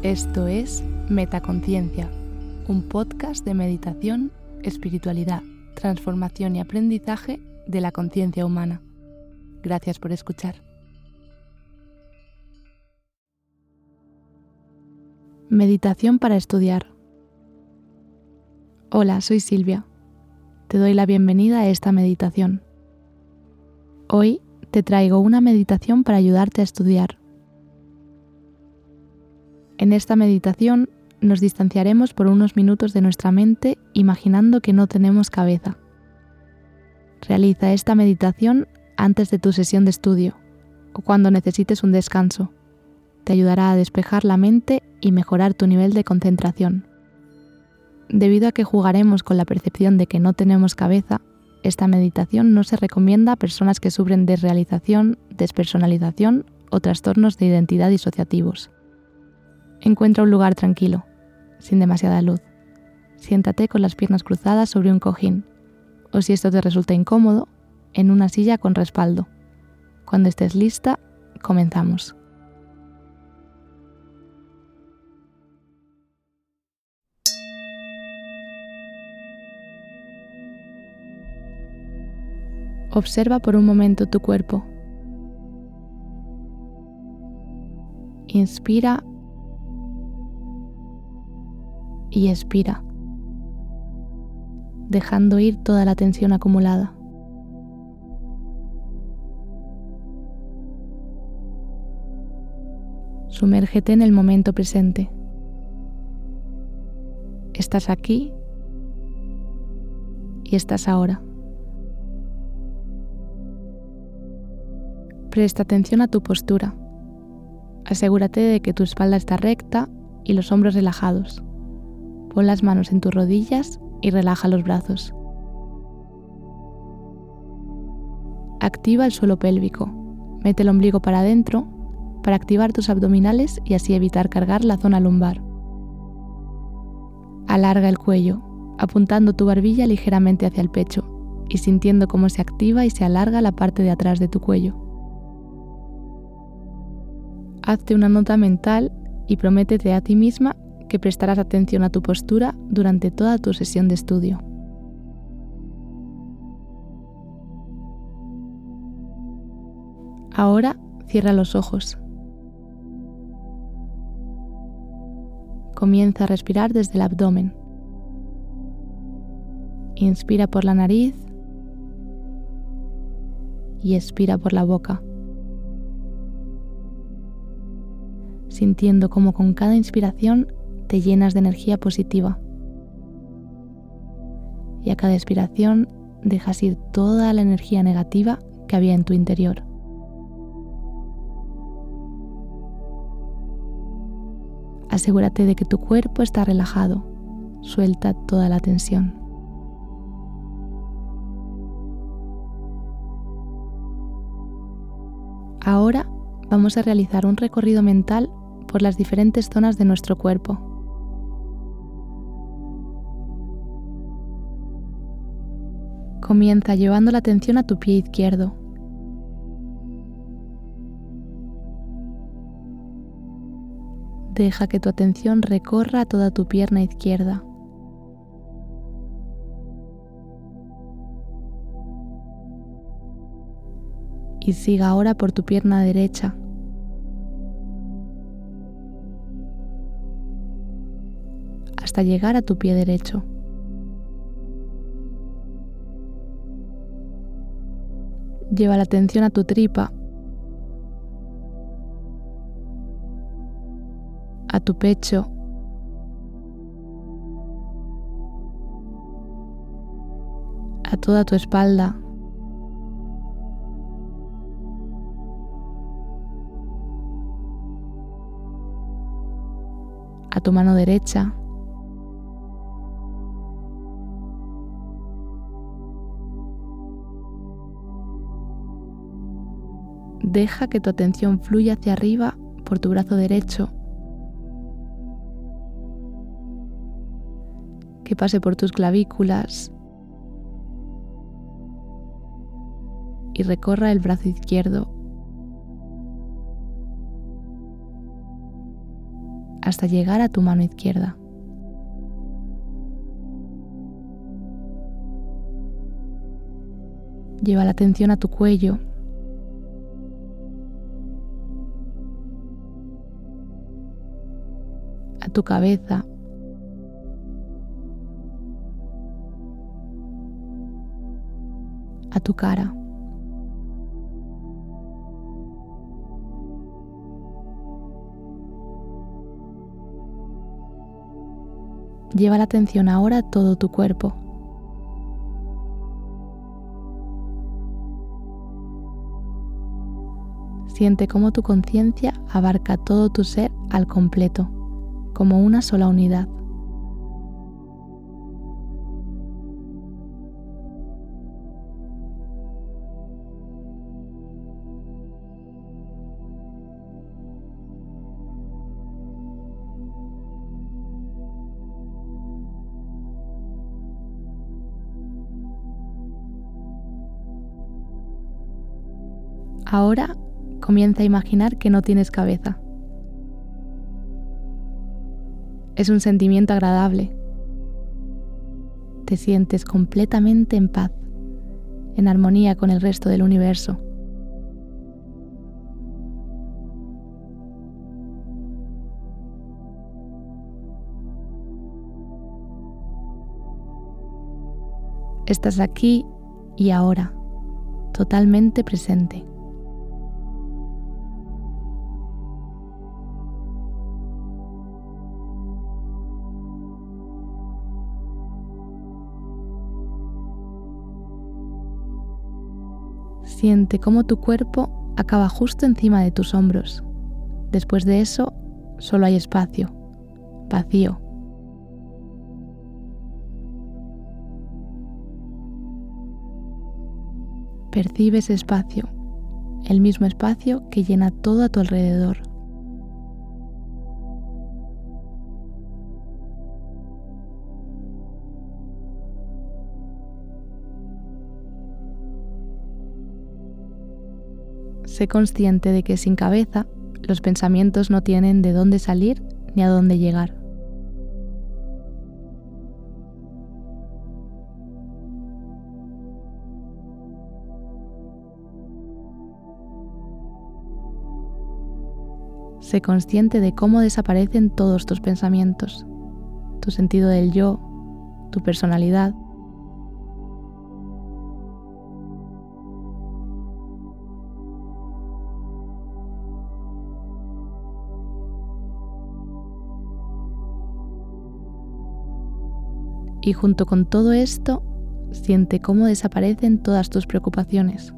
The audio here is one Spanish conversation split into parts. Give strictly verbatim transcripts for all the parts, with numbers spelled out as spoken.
Esto es Metaconciencia, un podcast de meditación, espiritualidad, transformación y aprendizaje de la conciencia humana. Gracias por escuchar. Meditación para estudiar. Hola, soy Silvia. Te doy la bienvenida a esta meditación. Hoy te traigo una meditación para ayudarte a estudiar. En esta meditación nos distanciaremos por unos minutos de nuestra mente imaginando que no tenemos cabeza. Realiza esta meditación antes de tu sesión de estudio o cuando necesites un descanso. Te ayudará a despejar la mente y mejorar tu nivel de concentración. Debido a que jugaremos con la percepción de que no tenemos cabeza, esta meditación no se recomienda a personas que sufren desrealización, despersonalización o trastornos de identidad disociativos. Encuentra un lugar tranquilo, sin demasiada luz. Siéntate con las piernas cruzadas sobre un cojín, o si esto te resulta incómodo, en una silla con respaldo. Cuando estés lista, comenzamos. Observa por un momento tu cuerpo. Inspira y expira, dejando ir toda la tensión acumulada. Sumérgete en el momento presente. Estás aquí y estás ahora. Presta atención a tu postura. Asegúrate de que tu espalda está recta y los hombros relajados. Pon las manos en tus rodillas y relaja los brazos. Activa el suelo pélvico. Mete el ombligo para adentro para activar tus abdominales y así evitar cargar la zona lumbar. Alarga el cuello, apuntando tu barbilla ligeramente hacia el pecho y sintiendo cómo se activa y se alarga la parte de atrás de tu cuello. Hazte una nota mental y prométete a ti misma que prestarás atención a tu postura durante toda tu sesión de estudio. Ahora cierra los ojos. Comienza a respirar desde el abdomen. Inspira por la nariz y expira por la boca, sintiendo cómo con cada inspiración te llenas de energía positiva y a cada expiración dejas ir toda la energía negativa que había en tu interior. Asegúrate de que tu cuerpo está relajado. Suelta toda la tensión. Ahora vamos a realizar un recorrido mental por las diferentes zonas de nuestro cuerpo. Comienza llevando la atención a tu pie izquierdo. Deja que tu atención recorra toda tu pierna izquierda. Y siga ahora por tu pierna derecha. Hasta llegar a tu pie derecho. Lleva la atención a tu tripa, a tu pecho, a toda tu espalda, a tu mano derecha, deja que tu atención fluya hacia arriba por tu brazo derecho, que pase por tus clavículas y recorra el brazo izquierdo hasta llegar a tu mano izquierda. Lleva la atención a tu cuello, a tu cabeza, a tu cara. Lleva la atención ahora a todo tu cuerpo. Siente cómo tu conciencia abarca todo tu ser al completo, como una sola unidad. Ahora comienza a imaginar que no tienes cabeza. Es un sentimiento agradable. Te sientes completamente en paz, en armonía con el resto del universo. Estás aquí y ahora, totalmente presente. Siente cómo tu cuerpo acaba justo encima de tus hombros. Después de eso, solo hay espacio, vacío. Percibe ese espacio, el mismo espacio que llena todo a tu alrededor. Sé consciente de que sin cabeza, los pensamientos no tienen de dónde salir ni a dónde llegar. Sé consciente de cómo desaparecen todos tus pensamientos, tu sentido del yo, tu personalidad. Y junto con todo esto, siente cómo desaparecen todas tus preocupaciones.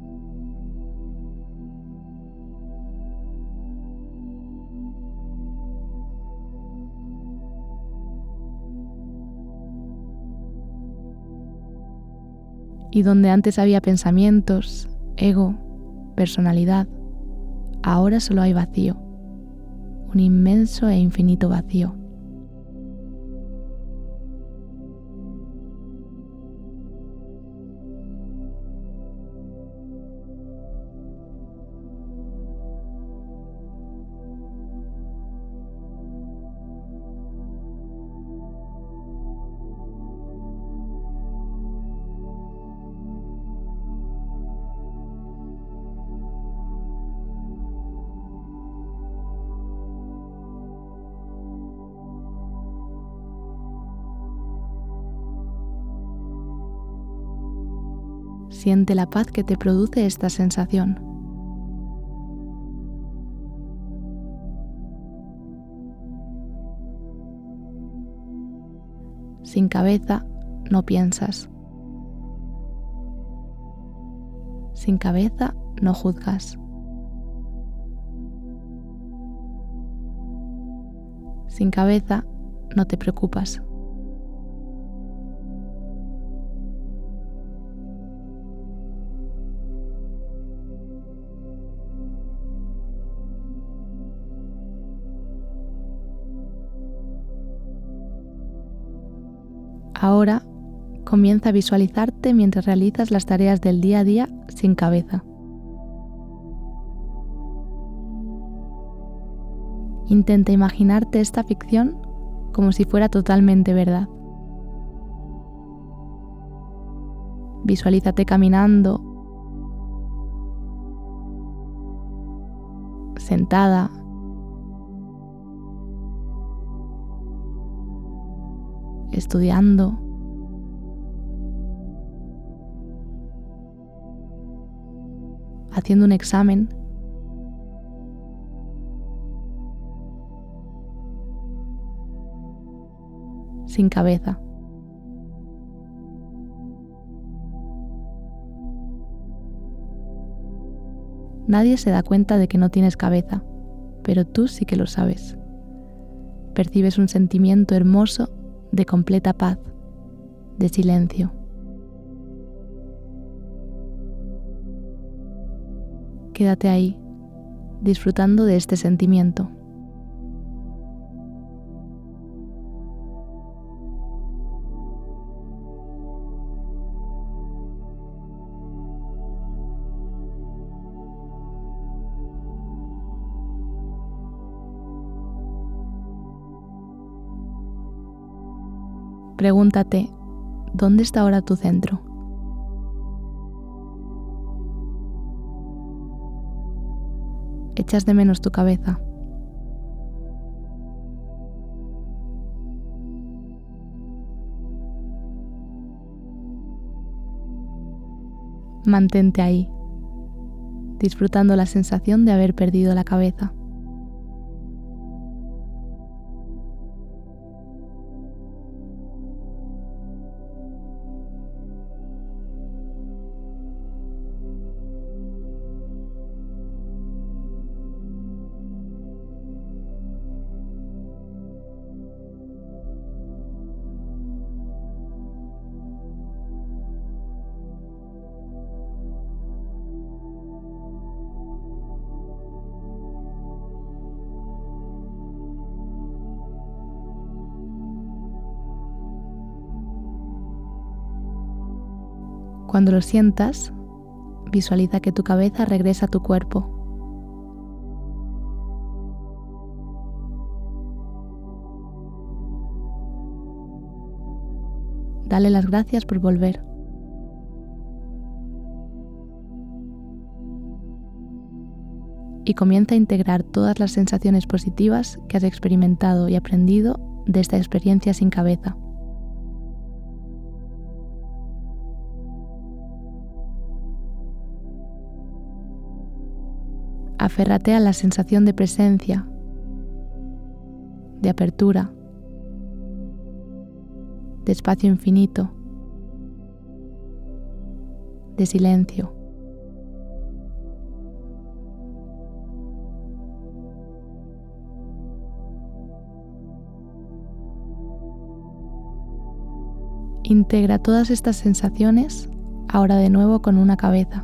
Y donde antes había pensamientos, ego, personalidad, ahora solo hay vacío, un inmenso e infinito vacío. Siente la paz que te produce esta sensación. Sin cabeza, no piensas. Sin cabeza, no juzgas. Sin cabeza, no te preocupas. Ahora, comienza a visualizarte mientras realizas las tareas del día a día sin cabeza. Intenta imaginarte esta ficción como si fuera totalmente verdad. Visualízate caminando, sentada, estudiando, haciendo un examen, sin cabeza. Nadie se da cuenta de que no tienes cabeza, pero tú sí que lo sabes. Percibes un sentimiento hermoso de completa paz, de silencio. Quédate ahí, disfrutando de este sentimiento. Pregúntate, ¿dónde está ahora tu centro? ¿Echas de menos tu cabeza? Mantente ahí, disfrutando la sensación de haber perdido la cabeza. Cuando lo sientas, visualiza que tu cabeza regresa a tu cuerpo. Dale las gracias por volver. Y comienza a integrar todas las sensaciones positivas que has experimentado y aprendido de esta experiencia sin cabeza. Aférrate a la sensación de presencia, de apertura, de espacio infinito, de silencio. Integra todas estas sensaciones ahora de nuevo con una cabeza.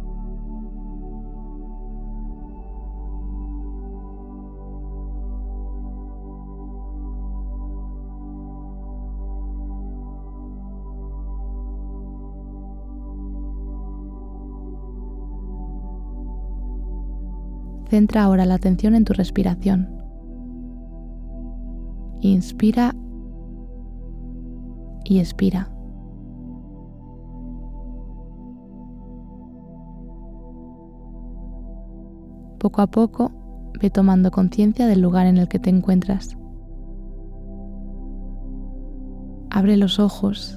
Centra ahora la atención en tu respiración. Inspira y expira. Poco a poco, ve tomando conciencia del lugar en el que te encuentras. Abre los ojos.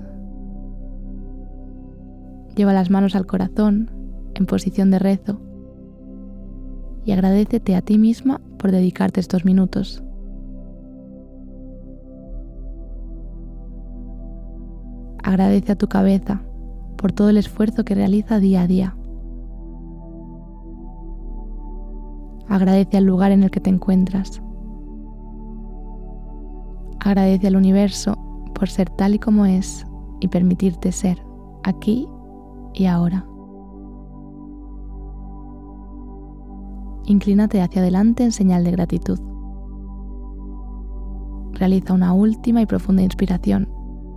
Lleva las manos al corazón en posición de rezo. Y agradécete a ti misma por dedicarte estos minutos. Agradece a tu cabeza por todo el esfuerzo que realiza día a día. Agradece al lugar en el que te encuentras. Agradece al universo por ser tal y como es y permitirte ser aquí y ahora. Inclínate hacia adelante en señal de gratitud. Realiza una última y profunda inspiración.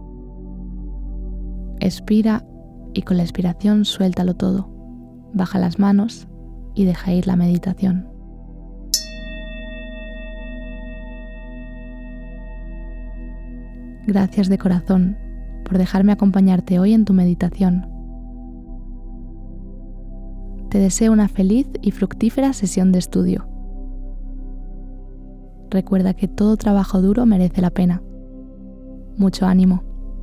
Expira y con la expiración suéltalo todo. Baja las manos y deja ir la meditación. Gracias de corazón por dejarme acompañarte hoy en tu meditación. Te deseo una feliz y fructífera sesión de estudio. Recuerda que todo trabajo duro merece la pena. Mucho ánimo.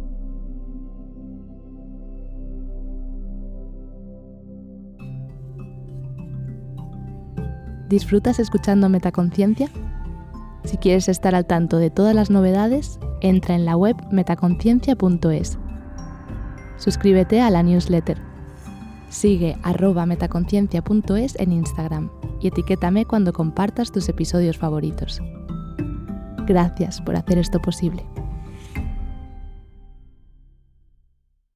¿Disfrutas escuchando Metaconciencia? Si quieres estar al tanto de todas las novedades, entra en la web metaconciencia punto es. Suscríbete a la newsletter. Sigue arroba metaconciencia punto es en Instagram y etiquétame cuando compartas tus episodios favoritos. Gracias por hacer esto posible.